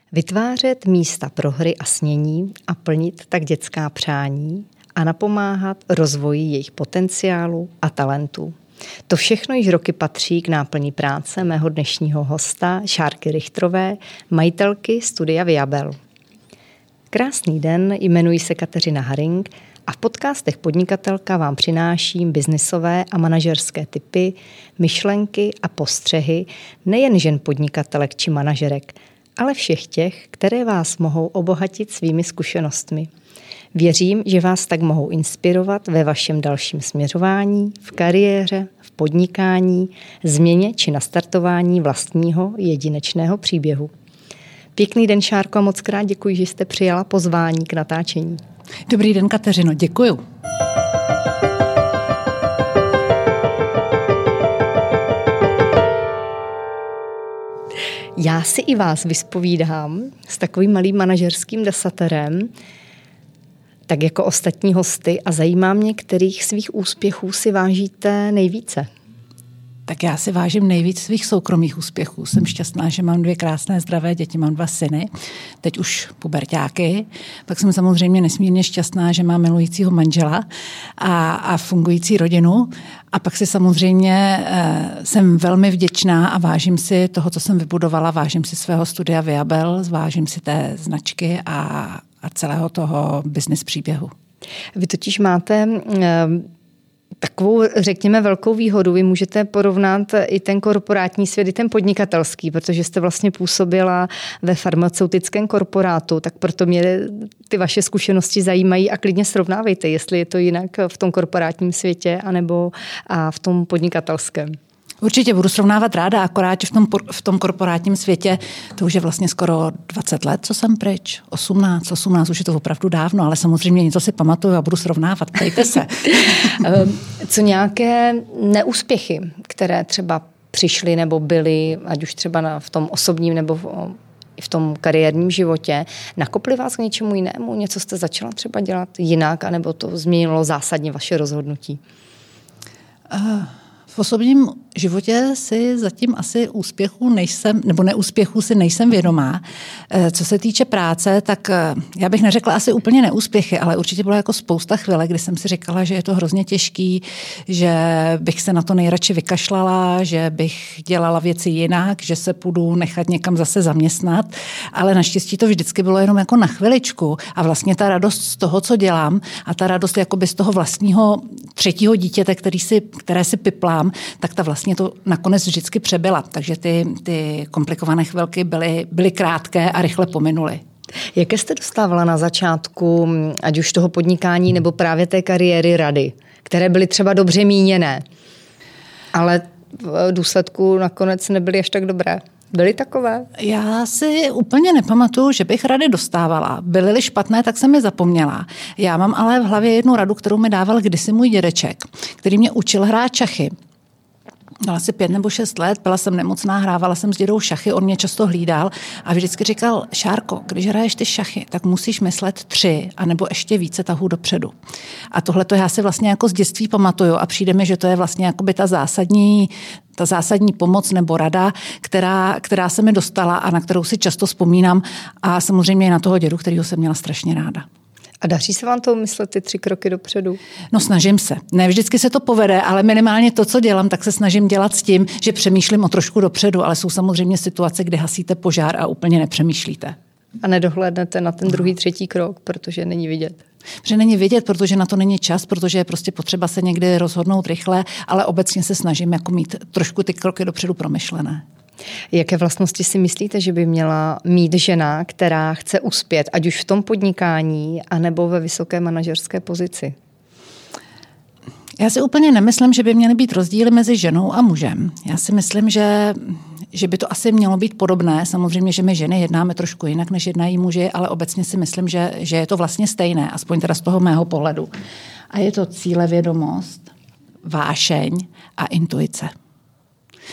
Vytvářet místa pro hry a snění a plnit tak dětská přání a napomáhat rozvoji jejich potenciálu a talentů. To všechno již roky patří k náplni práce mého dnešního hosta Šárky Richterové, majitelky studia Viabel. Krásný den, jmenuji se Kateřina Haring a v podcastech Podnikatelka vám přináším biznisové a manažerské tipy, myšlenky a postřehy nejen žen podnikatelek či manažerek, ale všech těch, které vás mohou obohatit svými zkušenostmi. Věřím, že vás tak mohou inspirovat ve vašem dalším směřování, v kariéře, v podnikání, změně či nastartování vlastního jedinečného příběhu. Pěkný den, Šárko, a moc krát děkuji, že jste přijala pozvání k natáčení. Dobrý den, Kateřino, děkuju. Já si i vás vyspovídám s takovým malým manažerským desaterem, tak jako ostatní hosty, a zajímá mě, kterých svých úspěchů si vážíte nejvíce. Tak já si vážím nejvíc svých soukromých úspěchů. Jsem šťastná, že mám 2 krásné zdravé děti, mám 2 syny, teď už puberťáky. Pak jsem samozřejmě nesmírně šťastná, že mám milujícího manžela a fungující rodinu. A pak si samozřejmě jsem velmi vděčná a vážím si toho, co jsem vybudovala, vážím si svého studia Viabel, vážím si té značky a celého toho business příběhu. Vy totiž máte takovou, řekněme, velkou výhodu. Vy můžete porovnat i ten korporátní svět, i ten podnikatelský, protože jste vlastně působila ve farmaceutickém korporátu, tak proto mě ty vaše zkušenosti zajímají a klidně srovnávejte, jestli je to jinak v tom korporátním světě anebo v tom podnikatelském. Určitě budu srovnávat ráda, akorát v tom korporátním světě, to už je vlastně skoro 20 let, co jsem pryč. 18, už je to opravdu dávno, ale samozřejmě něco si pamatuju a budu srovnávat. Ptejte se. Co nějaké neúspěchy, které třeba přišly nebo byly, ať už třeba v tom osobním nebo v tom kariérním životě, nakoply vás k něčemu jinému? Něco jste začala třeba dělat jinak, anebo to změnilo zásadně vaše rozhodnutí? V osobním životě si zatím asi úspěchů nejsem, nebo neúspěchů si nejsem vědomá. Co se týče práce, tak já bych neřekla asi úplně neúspěchy, ale určitě bylo jako spousta chvíle, kdy jsem si říkala, že je to hrozně těžký, že bych se na to nejradši vykašlala, že bych dělala věci jinak, že se půjdu nechat někam zase zaměstnat, ale naštěstí to vždycky bylo jenom jako na chviličku a vlastně ta radost z toho, co dělám a ta radost jakoby z toho vlastního 3. dítěte, které si piplám, tak ta vlastně to nakonec vždycky přebyla. Takže ty komplikované chvilky byly krátké a rychle pominuly. Jaké jste dostávala na začátku, ať už toho podnikání nebo právě té kariéry, rady, které byly třeba dobře míněné, ale v důsledku nakonec nebyly až tak dobré? Byly takové? Já si úplně nepamatuju, že bych rady dostávala. Byly-li špatné, tak jsem je zapomněla. Já mám ale v hlavě jednu radu, kterou mi dával kdysi můj dědeček, který mě učil hrát šachy. Měla asi 5 nebo 6 let, byla jsem nemocná, hrávala jsem s dědou šachy, on mě často hlídal a vždycky říkal: Šárko, když hraješ ty šachy, tak musíš myslet 3 anebo ještě více tahů dopředu. A tohle to já si vlastně jako z dětství pamatuju a přijde mi, že to je vlastně jakoby ta zásadní pomoc nebo rada, která se mi dostala a na kterou si často vzpomínám a samozřejmě i na toho dědu, kterýho jsem měla strašně ráda. A daří se vám to myslet ty 3 kroky dopředu? No, snažím se. Ne vždycky se to povede, ale minimálně to, co dělám, tak se snažím dělat s tím, že přemýšlím o trošku dopředu, ale jsou samozřejmě situace, kdy hasíte požár a úplně nepřemýšlíte. A nedohlédnete na ten 2., 3. krok, protože není vidět. Že není vidět, protože na to není čas, protože je prostě potřeba se někdy rozhodnout rychle, ale obecně se snažím jako mít trošku ty kroky dopředu promyšlené. Jaké vlastnosti si myslíte, že by měla mít žena, která chce uspět, ať už v tom podnikání, anebo ve vysoké manažerské pozici? Já si úplně nemyslím, že by měly být rozdíly mezi ženou a mužem. Já si myslím, že by to asi mělo být podobné. Samozřejmě, že my ženy jednáme trošku jinak, než jednají muži, ale obecně si myslím, že je to vlastně stejné, aspoň teda z toho mého pohledu. A je to cílevědomost, vášeň a intuice.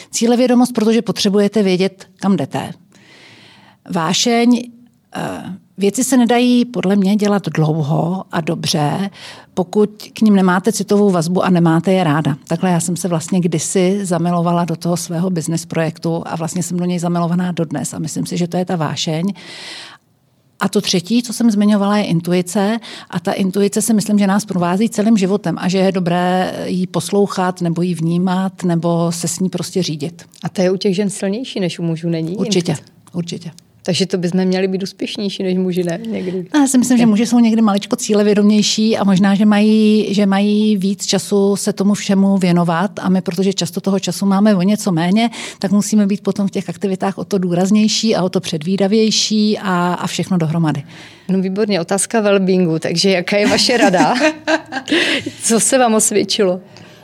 Cílevědomost, protože potřebujete vědět, kam jdete. Vášeň Věci se nedají podle mě dělat dlouho a dobře, pokud k nim nemáte citovou vazbu a nemáte je ráda. Takhle já jsem se vlastně kdysi zamilovala do toho svého business projektu a vlastně jsem do něj zamilovaná dodnes a myslím si, že to je ta vášeň. A to třetí, co jsem zmiňovala, je intuice a ta intuice si myslím, že nás provází celým životem a že je dobré jí poslouchat nebo jí vnímat nebo se s ní prostě řídit. A to je u těch žen silnější než u mužů, není? Určitě. Takže to bychom měli být úspěšnější než muži, ne? Někdy. Já si myslím, že muži jsou někdy maličko cílevědomější a možná, že mají víc času se tomu všemu věnovat a my, protože často toho času máme o něco méně, tak musíme být potom v těch aktivitách o to důraznější a o to předvídavější a všechno dohromady. No výborně, otázka wellbeingu, takže jaká je vaše rada? Co se vám osvědčilo?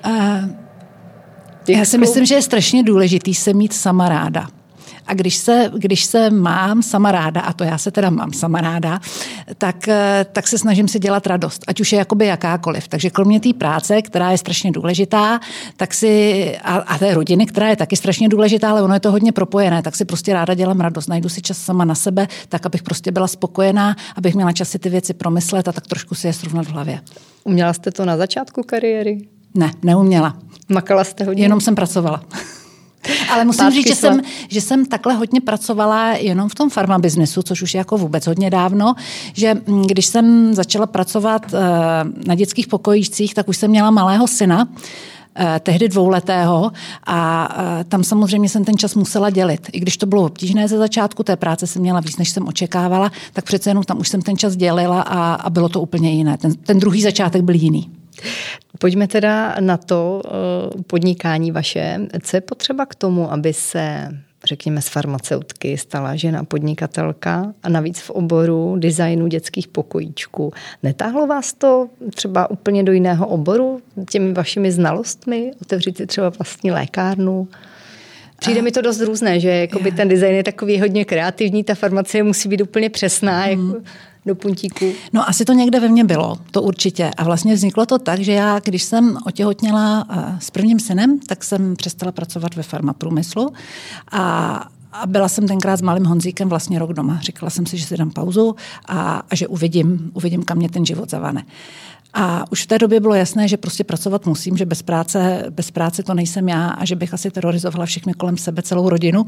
Já si myslím, že je strašně důležitý se mít sama ráda. A když se mám sama ráda, a to já se teda mám sama ráda, tak se snažím si dělat radost, ať už je jakoby jakákoliv. Takže kromě té práce, která je strašně důležitá, tak a té rodiny, která je taky strašně důležitá, ale ono je to hodně propojené, tak si prostě ráda dělám radost. Najdu si čas sama na sebe, tak abych prostě byla spokojená, abych měla čas si ty věci promyslet a tak trošku si je srovnat v hlavě. Uměla jste to na začátku kariéry? Ne, neuměla. Makala jste hodně? Jenom jsem pracovala. Ale musím říct, že jsem takhle hodně pracovala jenom v tom farmabiznesu, což už je jako vůbec hodně dávno, že když jsem začala pracovat na dětských pokojíčcích, tak už jsem měla malého syna, tehdy 2letého a tam samozřejmě jsem ten čas musela dělit. I když to bylo obtížné ze začátku, té práce jsem měla víc, než jsem očekávala, tak přece jenom tam už jsem ten čas dělila a bylo to úplně jiné. Ten druhý začátek byl jiný. Pojďme teda na to podnikání vaše. Co je potřeba k tomu, aby se, řekněme, z farmaceutky stala žena podnikatelka a navíc v oboru designu dětských pokojíčků? Netáhlo vás to třeba úplně do jiného oboru těmi vašimi znalostmi? Otevřít si třeba vlastní lékárnu? Přijde mi to dost různé, že jakoby ten design je takový hodně kreativní, ta farmacie musí být úplně přesná, jako do puntíku. No asi to někde ve mně bylo, to určitě. A vlastně vzniklo to tak, že já, když jsem otěhotněla s prvním synem, tak jsem přestala pracovat ve farmaprůmyslu a byla jsem tenkrát s malým Honzíkem vlastně rok doma. Říkala jsem si, že si dám pauzu a že uvidím, kam mě ten život zavane. A už v té době bylo jasné, že prostě pracovat musím, že bez práce to nejsem já a že bych asi terorizovala všechny kolem sebe, celou rodinu.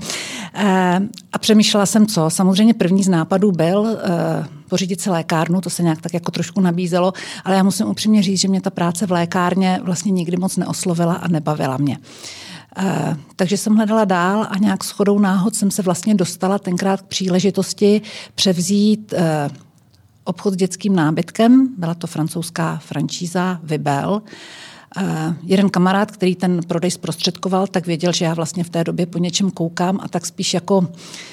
A přemýšlela jsem co. Samozřejmě první z nápadů byl pořídit si lékárnu, to se nějak tak jako trošku nabízelo, ale já musím upřímně říct, že mě ta práce v lékárně vlastně nikdy moc neoslovila a nebavila mě. Takže jsem hledala dál a nějak shodou náhod jsem se vlastně dostala tenkrát k příležitosti převzít obchod s dětským nábytkem, byla to francouzská franšíza Vibel. Jeden kamarád, který ten prodej zprostředkoval, tak věděl, že já vlastně v té době po něčem koukám a tak spíš jako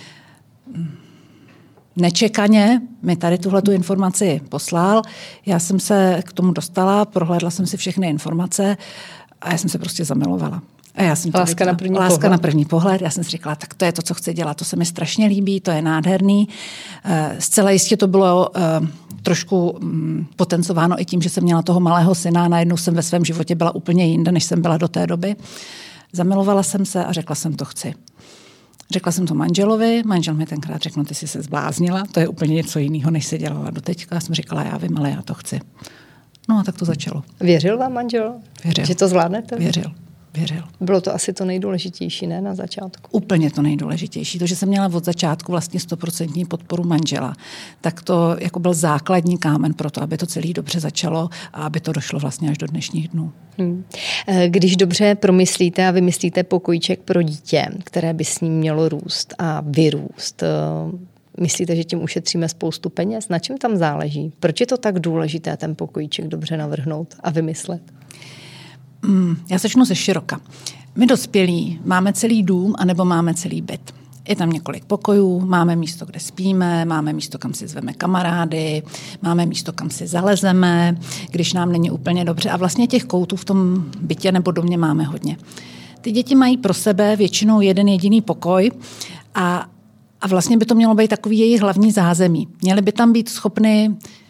nečekaně mi tady tuhletu informaci poslal. Já jsem se k tomu dostala, prohlédla jsem si všechny informace a já jsem se prostě zamilovala. A já jsem Láska na první pohled. Já jsem si říkala, tak to je to, co chci dělat. To se mi strašně líbí, to je nádherný. Zcela jistě to bylo trošku potencováno i tím, že jsem měla toho malého syna a najednou jsem ve svém životě byla úplně jinde, než jsem byla do té doby. Zamilovala jsem se a řekla jsem, to chci. Řekla jsem to manželovi, manžel mi tenkrát řekl, no, ty jsi se zbláznila, to je úplně něco jiného, než se dělala doteďka. Já jsem říkala, já vím, ale já to chci. No a tak to začalo. Věřil vám manžel? Věřil. Že to zvládnete? Věřil. Bylo to asi to nejdůležitější, ne, na začátku? Úplně to nejdůležitější. To, že jsem měla od začátku vlastně 100% podporu manžela, tak to jako byl základní kámen pro to, aby to celé dobře začalo a aby to došlo vlastně až do dnešních dnů. Když dobře promyslíte a vymyslíte pokojíček pro dítě, které by s ním mělo růst a vyrůst, myslíte, že tím ušetříme spoustu peněz? Na čem tam záleží? Proč je to tak důležité ten pokojíček dobře navrhnout a vymyslet? Já začnu ze široka. My dospělí máme celý dům anebo máme celý byt. Je tam několik pokojů, máme místo, kde spíme, máme místo, kam si zveme kamarády, máme místo, kam si zalezeme, když nám není úplně dobře. A vlastně těch koutů v tom bytě nebo domě máme hodně. Ty děti mají pro sebe většinou jeden jediný pokoj a vlastně by to mělo být takový jejich hlavní zázemí. Měli by tam být schopni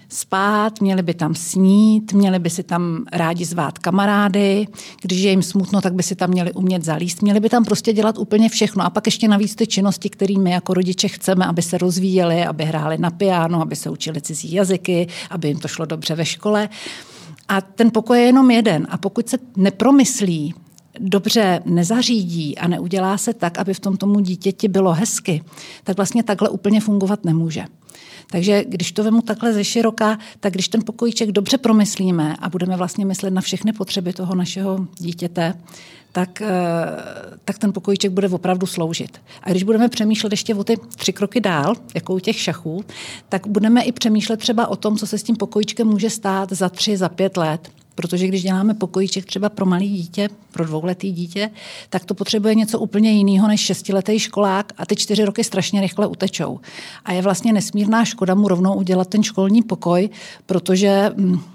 spát, měli by tam snít, měli by si tam rádi zvát kamarády, když je jim smutno, tak by si tam měli umět zalíst, měli by tam prostě dělat úplně všechno a pak ještě navíc ty činnosti, které my jako rodiče chceme, aby se rozvíjeli, aby hráli na piano, aby se učili cizí jazyky, aby jim to šlo dobře ve škole. A ten pokoj je jenom jeden a pokud se nepromyslí, dobře nezařídí a neudělá se tak, aby v tom tomu dítěti bylo hezky, tak vlastně takhle úplně fungovat nemůže. Takže když to vemu takhle ze široka, tak když ten pokojíček dobře promyslíme a budeme vlastně myslet na všechny potřeby toho našeho dítěte, tak ten pokojíček bude opravdu sloužit. A když budeme přemýšlet ještě o ty 3 kroky dál, jako u těch šachů, tak budeme i přemýšlet třeba o tom, co se s tím pokojíčkem může stát za 3, za 5 let. Protože když děláme pokojíček třeba pro malé dítě, pro 2letý dítě, tak to potřebuje něco úplně jiného než 6letý školák a ty 4 roky strašně rychle utečou. A je vlastně nesmírná škoda mu rovnou udělat ten školní pokoj, protože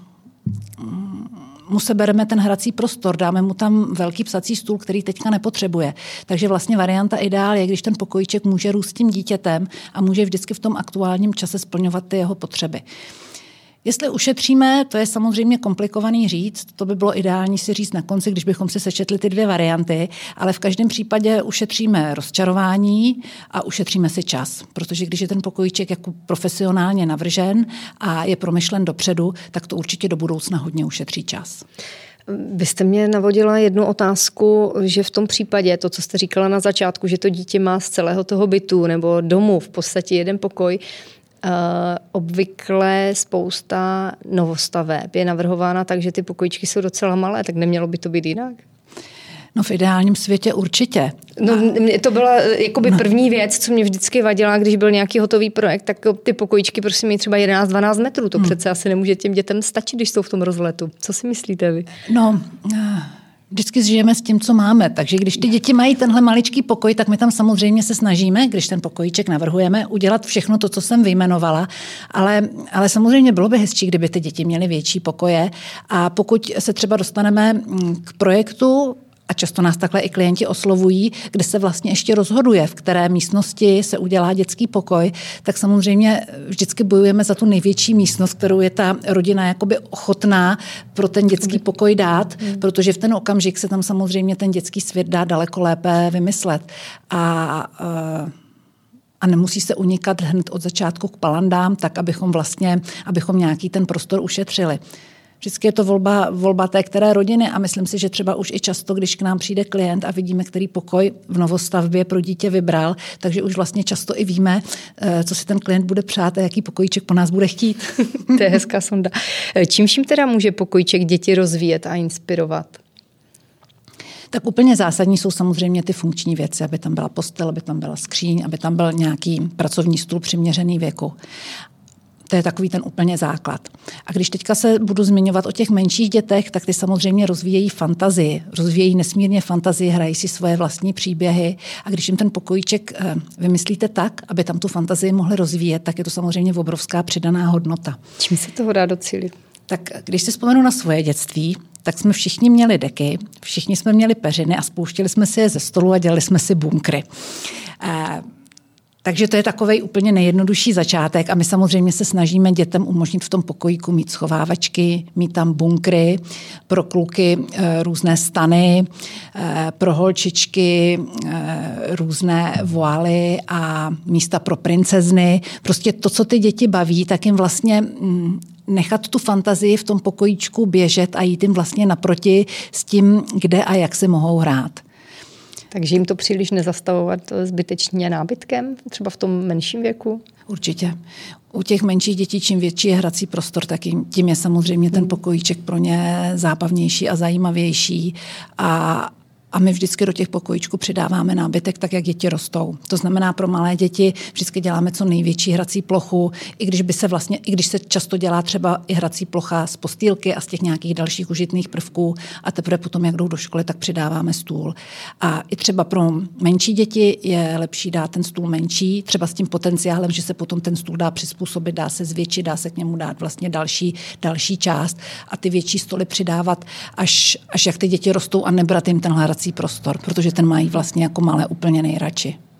mu sebereme ten hrací prostor, dáme mu tam velký psací stůl, který teďka nepotřebuje. Takže vlastně varianta ideál je, když ten pokojíček může růst tím dítětem a může vždycky v tom aktuálním čase splňovat ty jeho potřeby. Jestli ušetříme, to je samozřejmě komplikovaný říct, to by bylo ideální si říct na konci, když bychom si sečetli ty 2 varianty, ale v každém případě ušetříme rozčarování a ušetříme si čas, protože když je ten pokojíček jako profesionálně navržen a je promyšlen dopředu, tak to určitě do budoucna hodně ušetří čas. Vy jste mě navodila jednu otázku, že v tom případě, to, co jste říkala na začátku, že to dítě má z celého toho bytu nebo domu v podstatě jeden pokoj, obvykle spousta novostaveb je navrhována tak, že ty pokojíčky jsou docela malé, tak nemělo by to být jinak? No v ideálním světě určitě. No, to byla jakoby první věc, co mě vždycky vadila, když byl nějaký hotový projekt, tak ty pokojíčky prostě mají třeba 11-12 metrů. To přece asi nemůže těm dětem stačit, když jsou v tom rozletu. Co si myslíte vy? No, vždycky žijeme s tím, co máme. Takže když ty děti mají tenhle maličký pokoj, tak my tam samozřejmě se snažíme, když ten pokojíček navrhujeme, udělat všechno to, co jsem vyjmenovala. Ale samozřejmě bylo by hezčí, kdyby ty děti měly větší pokoje. A pokud se třeba dostaneme k projektu, a často nás takhle i klienti oslovují, kde se vlastně ještě rozhoduje, v které místnosti se udělá dětský pokoj, tak samozřejmě vždycky bojujeme za tu největší místnost, kterou je ta rodina jakoby ochotná pro ten dětský pokoj dát, protože v ten okamžik se tam samozřejmě ten dětský svět dá daleko lépe vymyslet. A nemusí se unikat hned od začátku k palandám, tak abychom nějaký ten prostor ušetřili. Vždycky je to volba té které rodiny a myslím si, že třeba už i často, když k nám přijde klient a vidíme, který pokoj v novostavbě pro dítě vybral, takže už vlastně často i víme, co si ten klient bude přát a jaký pokojíček po nás bude chtít. To je hezká sonda. Čím vším teda může pokojíček děti rozvíjet a inspirovat? Tak úplně zásadní jsou samozřejmě ty funkční věci, aby tam byla postel, aby tam byla skříň, aby tam byl nějaký pracovní stůl přiměřený věku. To je takový ten úplně základ. A když teďka se budu zmiňovat o těch menších dětech, tak ty samozřejmě rozvíjejí fantazii. Rozvíjejí nesmírně fantazii, hrají si svoje vlastní příběhy. A když jim ten pokojíček vymyslíte tak, aby tam tu fantazii mohli rozvíjet, tak je to samozřejmě obrovská přidaná hodnota. Čím se toho dá docílit? Tak když si vzpomenu na svoje dětství, tak jsme všichni měli deky, všichni jsme měli peřiny a spouštěli jsme si je ze stolu a dělali jsme si bunkry. Takže to je takovej úplně nejjednodušší začátek a my samozřejmě se snažíme dětem umožnit v tom pokojíku mít schovávačky, mít tam bunkry, pro kluky různé stany, pro holčičky různé voály a místa pro princezny. Prostě to, co ty děti baví, tak jim vlastně nechat tu fantazii v tom pokojíčku běžet a jít jim vlastně naproti s tím, kde a jak si mohou hrát. Takže jim to příliš nezastavovat zbytečně nábytkem, třeba v tom menším věku? Určitě. U těch menších dětí, čím větší je hrací prostor, tak tím je samozřejmě ten pokojíček pro ně zábavnější a zajímavější. A my vždycky do těch pokojíčků přidáváme nábytek tak, jak děti rostou. To znamená, pro malé děti vždycky děláme co největší hrací plochu, i když se často dělá třeba i hrací plocha z postýlky a z těch nějakých dalších užitných prvků a teprve potom, jak jdou do školy, tak přidáváme stůl. A i třeba pro menší děti je lepší dát ten stůl menší, třeba s tím potenciálem, že se potom ten stůl dá přizpůsobit, dá se zvětšit, dá se k němu dát vlastně další část a ty větší stoly přidávat až jak ty děti rostou a nebrat jim tenhle hrací prostor, protože ten mají vlastně jako malé úplně nejradši.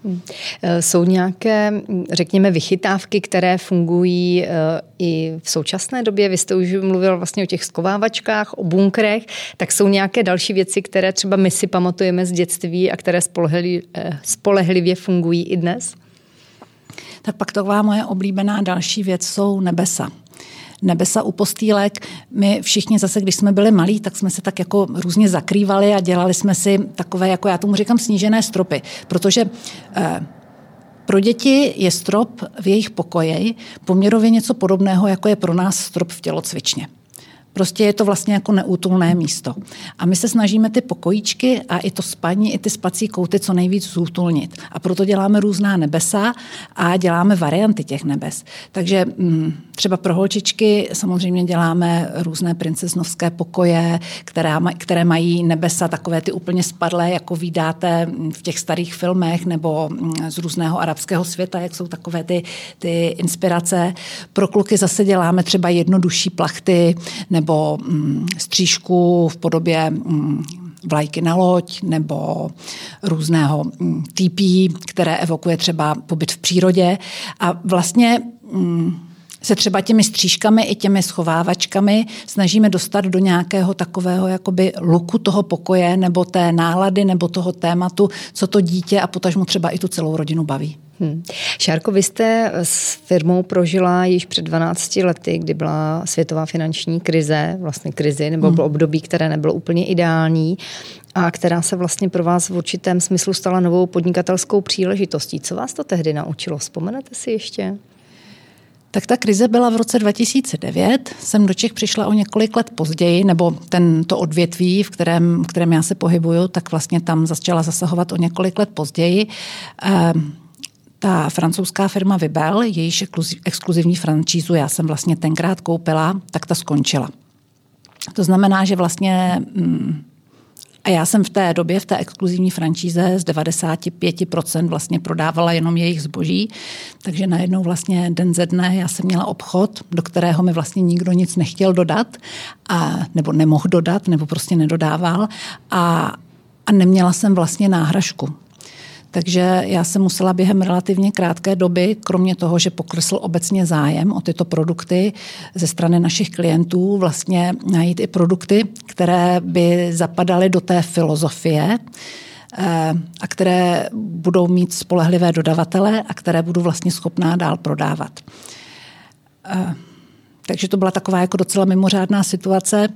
Jsou nějaké, řekněme, vychytávky, které fungují i v současné době? Vy jste už mluvil vlastně o těch skovávačkách, o bunkrech, tak jsou nějaké další věci, které třeba my si pamatujeme z dětství a které spolehlivě fungují i dnes? Tak pak taková moje oblíbená další věc jsou nebesa. Nebesa u postýlek. My všichni zase, když jsme byli malí, tak jsme se tak jako různě zakrývali a dělali jsme si takové, jako já tomu říkám, snížené stropy. Protože pro děti je strop v jejich pokoji poměrově něco podobného, jako je pro nás strop v tělocvičně. Prostě je to vlastně jako neútulné místo. A my se snažíme ty pokojíčky a i to spaní, i ty spací kouty co nejvíc zútulnit. A proto děláme různá nebesa a děláme varianty těch nebes. Takže třeba pro holčičky samozřejmě děláme různé princeznovské pokoje, které mají nebesa takové ty úplně spadlé, jako vídáte v těch starých filmech nebo z různého arabského světa, jak jsou takové ty inspirace. Pro kluky zase děláme třeba jednodušší plachty nebo střížku v podobě vlajky na loď nebo různého týpí, které evokuje třeba pobyt v přírodě. A vlastně se třeba těmi střížkami i těmi schovávačkami snažíme dostat do nějakého takového jakoby luku toho pokoje nebo té nálady nebo toho tématu, co to dítě a potažmo třeba i tu celou rodinu baví. Šárko, vy jste s firmou prožila již před 12 lety, kdy byla světová finanční krize, vlastně krizi, nebo bylo období, které nebylo úplně ideální a která se vlastně pro vás v určitém smyslu stala novou podnikatelskou příležitostí. Co vás to tehdy naučilo? Vzpomenete si ještě? Tak ta krize byla v roce 2009. Jsem do Čech přišla o několik let později, nebo to odvětví, v kterém já se pohybuju, tak vlastně tam začala zasahovat o několik let později. Ta francouzská firma Vibel, jejíž exkluzivní franšízu já jsem vlastně tenkrát koupila, tak ta skončila. To znamená, že vlastně a já jsem v té době, v té exkluzivní franšíze z 95% vlastně prodávala jenom jejich zboží, takže najednou vlastně den ze dne já jsem měla obchod, do kterého mi vlastně nikdo nic nechtěl dodat, nebo nemohl dodat, nebo prostě nedodával a neměla jsem vlastně náhražku. Takže já jsem musela během relativně krátké doby, kromě toho, že poklesl obecně zájem o tyto produkty ze strany našich klientů, vlastně najít i produkty, které by zapadaly do té filozofie a které budou mít spolehlivé dodavatele a které budu vlastně schopná dál prodávat. Takže to byla taková jako docela mimořádná situace,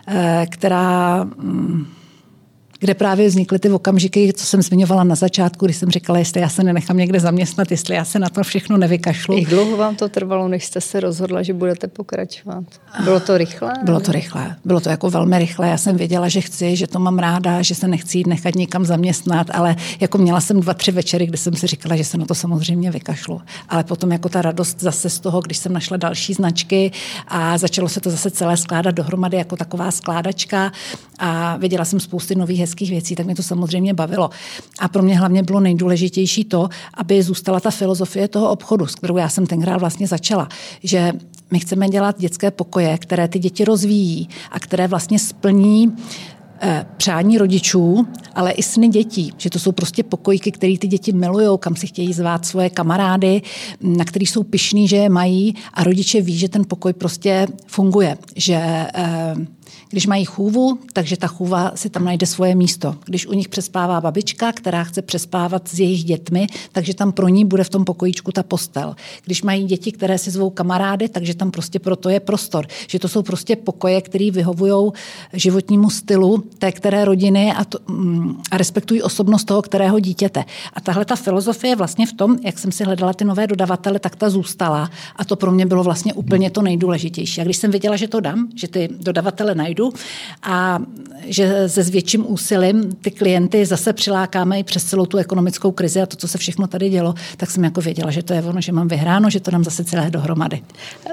kde právě vznikly ty okamžiky, co jsem zmiňovala na začátku, když jsem říkala, jestli já se nenechám někde zaměstnat, jestli já se na to všechno nevykašlu. Jak dlouho vám to trvalo, než jste se rozhodla, že budete pokračovat? Bylo to rychlé? Bylo to rychlé. Bylo to jako velmi rychlé. Já jsem věděla, že chci, že to mám ráda, že se nechci jít nechat nikam zaměstnat, ale jako měla jsem 2-3 večery, kde jsem si říkala, že se na to samozřejmě vykašlu. Ale potom jako ta radost zase z toho, když jsem našla další značky a začalo se to zase celé skládat dohromady jako taková skládačka a věděla jsem spousty nových hezkých věcí, tak mě to samozřejmě bavilo. A pro mě hlavně bylo nejdůležitější to, aby zůstala ta filozofie toho obchodu, s kterou já jsem tenkrát vlastně začala, že my chceme dělat dětské pokoje, které ty děti rozvíjí a které vlastně splní přání rodičů, ale i sny dětí, že to jsou prostě pokojky, které ty děti milujou, kam si chtějí zvát svoje kamarády, na který jsou pyšní, že je mají a rodiče ví, že ten pokoj prostě funguje, že když mají chůvu, takže ta chůva si tam najde svoje místo. Když u nich přespává babička, která chce přespávat s jejich dětmi, takže tam pro ní bude v tom pokojíčku ta postel. Když mají děti, které si zvou kamarády, takže tam prostě proto je prostor. Že to jsou prostě pokoje, které vyhovují životnímu stylu té které rodiny a respektují osobnost toho kterého dítěte. A tahle ta filozofie vlastně v tom, jak jsem si hledala ty nové dodavatele, tak ta zůstala a to pro mě bylo vlastně úplně to nejdůležitější. A když jsem věděla, že to dám, že ty dodavatele najdu a že se s větším úsilím ty klienty zase přilákáme i přes celou tu ekonomickou krizi a to, co se všechno tady dělo, tak jsem jako věděla, že to je ono, že mám vyhráno, že to dám zase celé dohromady.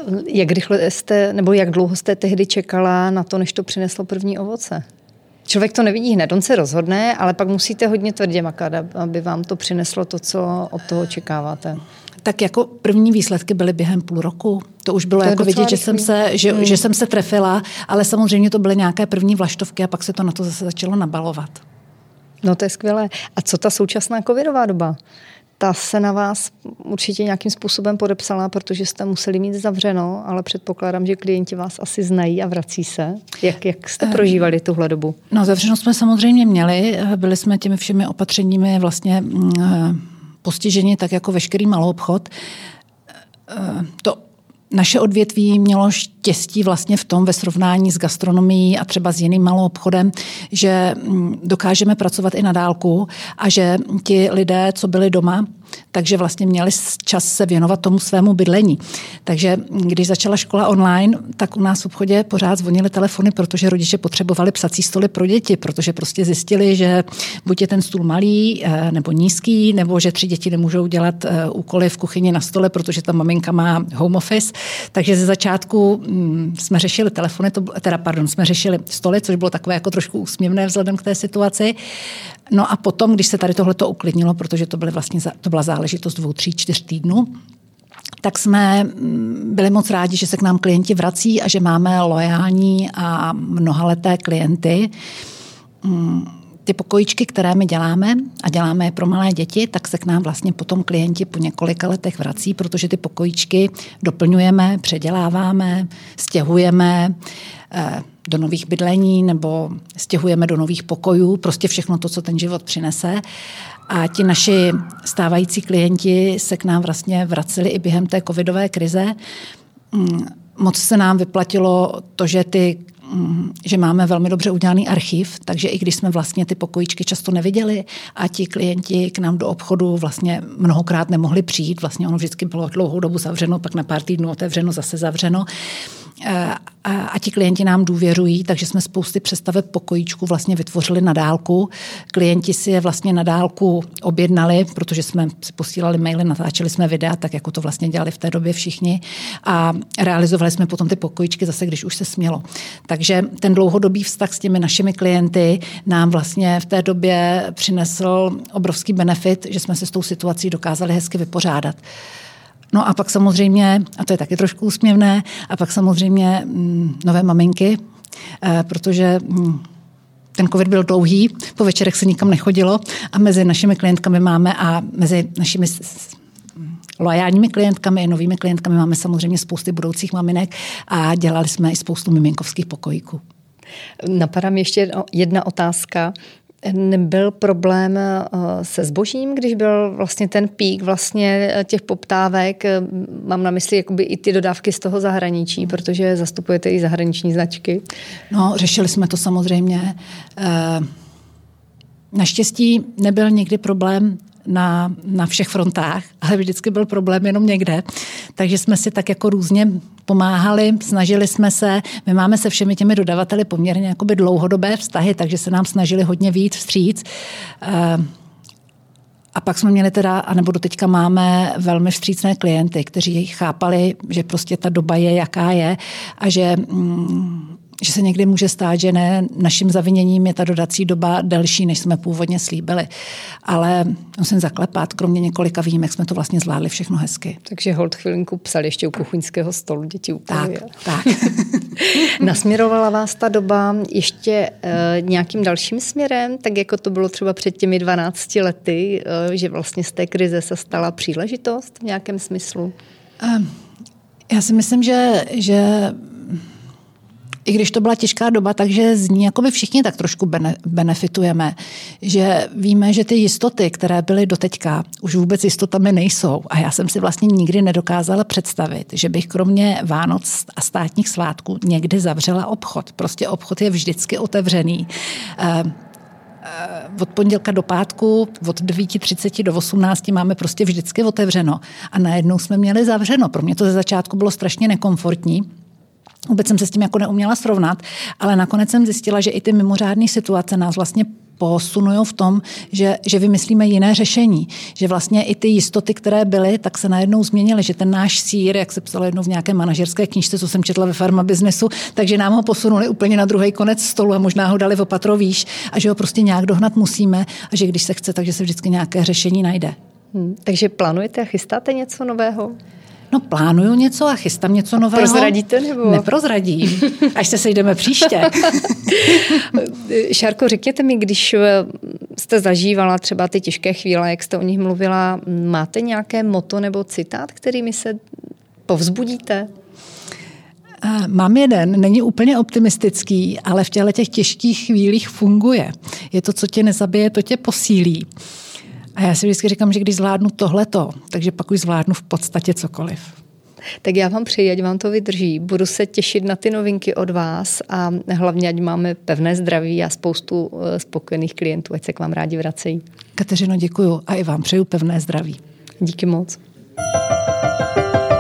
Jak dlouho jste tehdy čekala na to, než to přineslo první ovoce? Člověk to nevidí hned, on se rozhodne, ale pak musíte hodně tvrdě makat, aby vám to přineslo to, co od toho očekáváte. Tak jako první výsledky byly během půl roku. To už bylo jako vidět, že jsem se trefila, ale samozřejmě to byly nějaké první vlaštovky a pak se to na to zase začalo nabalovat. No to je skvělé. A co ta současná covidová doba? ta se na vás určitě nějakým způsobem podepsala, protože jste museli mít zavřeno, ale předpokládám, že klienti vás asi znají a vrací se. Jak jste prožívali tuhle dobu? No, zavřeno jsme samozřejmě měli. Byli jsme těmi všemi opatřeními vlastně postiženi, tak jako veškerý maloobchod. To naše odvětví mělo štěstí vlastně v tom ve srovnání s gastronomií a třeba s jiným maloobchodem, že dokážeme pracovat i na dálku a že ti lidé, co byli doma, takže vlastně měli čas se věnovat tomu svému bydlení. Takže když začala škola online, tak u nás v obchodě pořád zvonily telefony, protože rodiče potřebovali psací stoly pro děti, protože prostě zjistili, že buď je ten stůl malý nebo nízký, nebo že 3 děti nemůžou dělat úkoly v kuchyni na stole, protože ta maminka má home office. Takže ze začátku jsme řešili jsme řešili stoly, což bylo takové jako trošku úsměvné vzhledem k té situaci. No a potom, když se tady tohleto uklidnilo, protože to byla záležitost 2, 3, 4 týdnů, tak jsme byli moc rádi, že se k nám klienti vrací a že máme loajální a mnohaleté klienty. Ty pokojíčky, které my děláme a děláme je pro malé děti, tak se k nám vlastně potom klienti po několika letech vrací, protože ty pokojíčky doplňujeme, předěláváme, stěhujeme do nových bydlení nebo stěhujeme do nových pokojů, prostě všechno to, co ten život přinese. A ti naši stávající klienti se k nám vlastně vraceli i během té covidové krize. Moc se nám vyplatilo to, že máme velmi dobře udělaný archiv, takže i když jsme vlastně ty pokojíčky často neviděli a ti klienti k nám do obchodu vlastně mnohokrát nemohli přijít, vlastně ono vždycky bylo dlouhou dobu zavřeno, pak na pár týdnů otevřeno, zase zavřeno. A ti klienti nám důvěřují, takže jsme spousty přestaveb pokojíčků vlastně vytvořili na dálku. Klienti si je vlastně na dálku objednali, protože jsme si posílali maily, natáčeli jsme videa, tak jako to vlastně dělali v té době všichni a realizovali jsme potom ty pokojíčky zase, když už se smělo. Takže ten dlouhodobý vztah s těmi našimi klienty nám vlastně v té době přinesl obrovský benefit, že jsme se s tou situací dokázali hezky vypořádat. No a pak samozřejmě, a to je taky trošku úsměvné, a pak samozřejmě nové maminky, protože ten covid byl dlouhý, po večerech se nikam nechodilo a mezi našimi klientkami máme a mezi našimi loajálními klientkami i novými klientkami máme samozřejmě spousty budoucích maminek a dělali jsme i spoustu miminkovských pokojíků. Napadá mi ještě jedna otázka. Nebyl problém se zbožím, když byl vlastně ten pík vlastně těch poptávek, mám na mysli jakoby i ty dodávky z toho zahraničí, protože zastupujete i zahraniční značky? No, řešili jsme to samozřejmě. Naštěstí nebyl nikdy problém na všech frontách, ale vždycky byl problém jenom někde. Takže jsme si tak jako různě pomáhali, snažili jsme se, my máme se všemi těmi dodavateli poměrně jakoby dlouhodobé vztahy, takže se nám snažili hodně vyjít vstříc. A pak jsme měli anebo doteďka máme velmi vstřícné klienty, kteří chápali, že prostě ta doba je, jaká je a že se někdy může stát, že ne, naším zaviněním je ta dodací doba delší, než jsme původně slíbili. Ale musím zaklepat, kromě několika výjimek jsme to vlastně zvládli všechno hezky. Takže holt chvilinku psali ještě u kuchyňského stolu děti úplně. Tak. Nasměrovala vás ta doba ještě nějakým dalším směrem, tak jako to bylo třeba před těmi 12 lety, že vlastně z té krize se stala příležitost v nějakém smyslu? Já si myslím, že i když to byla těžká doba, takže z ní jakoby všichni tak trošku benefitujeme. Že víme, že ty jistoty, které byly doteďka, už vůbec jistotami nejsou. A já jsem si vlastně nikdy nedokázala představit, že bych kromě Vánoc a státních svátků někdy zavřela obchod. Prostě obchod je vždycky otevřený. Od pondělka do pátku, od 9:30 do 18 máme prostě vždycky otevřeno. A najednou jsme měli zavřeno. Pro mě to ze začátku bylo strašně nekomfortní. Vůbec jsem se s tím jako neuměla srovnat, ale nakonec jsem zjistila, že i ty mimořádné situace nás vlastně posunují v tom, že vymyslíme jiné řešení. Že vlastně i ty jistoty, které byly, tak se najednou změnily, že ten náš sýr, jak se psalo jednou v nějaké manažerské knížce, co jsem četla ve Farmabiznesu, takže nám ho posunuli úplně na druhý konec stolu a možná ho dali o patro výš a že ho prostě nějak dohnat musíme a že když se chce, takže se vždycky nějaké řešení najde. Takže plánujete a chystáte něco nového? No, plánuju něco a chystám něco nového. Prozradíte nebo? Neprozradím, až se sejdeme příště. Šárko, řekněte mi, když jste zažívala třeba ty těžké chvíle, jak jste o nich mluvila, máte nějaké motto nebo citát, kterými se povzbudíte? Mám jeden, není úplně optimistický, ale v těch těžkých chvílích funguje. Je to, co tě nezabije, to tě posílí. A já si vždycky říkám, že když zvládnu tohleto, takže pak už zvládnu v podstatě cokoliv. Tak já vám přeji, ať vám to vydrží. Budu se těšit na ty novinky od vás a hlavně, ať máme pevné zdraví a spoustu spokojených klientů, ať se k vám rádi vracejí. Kateřino, děkuju a i vám přeju pevné zdraví. Díky moc.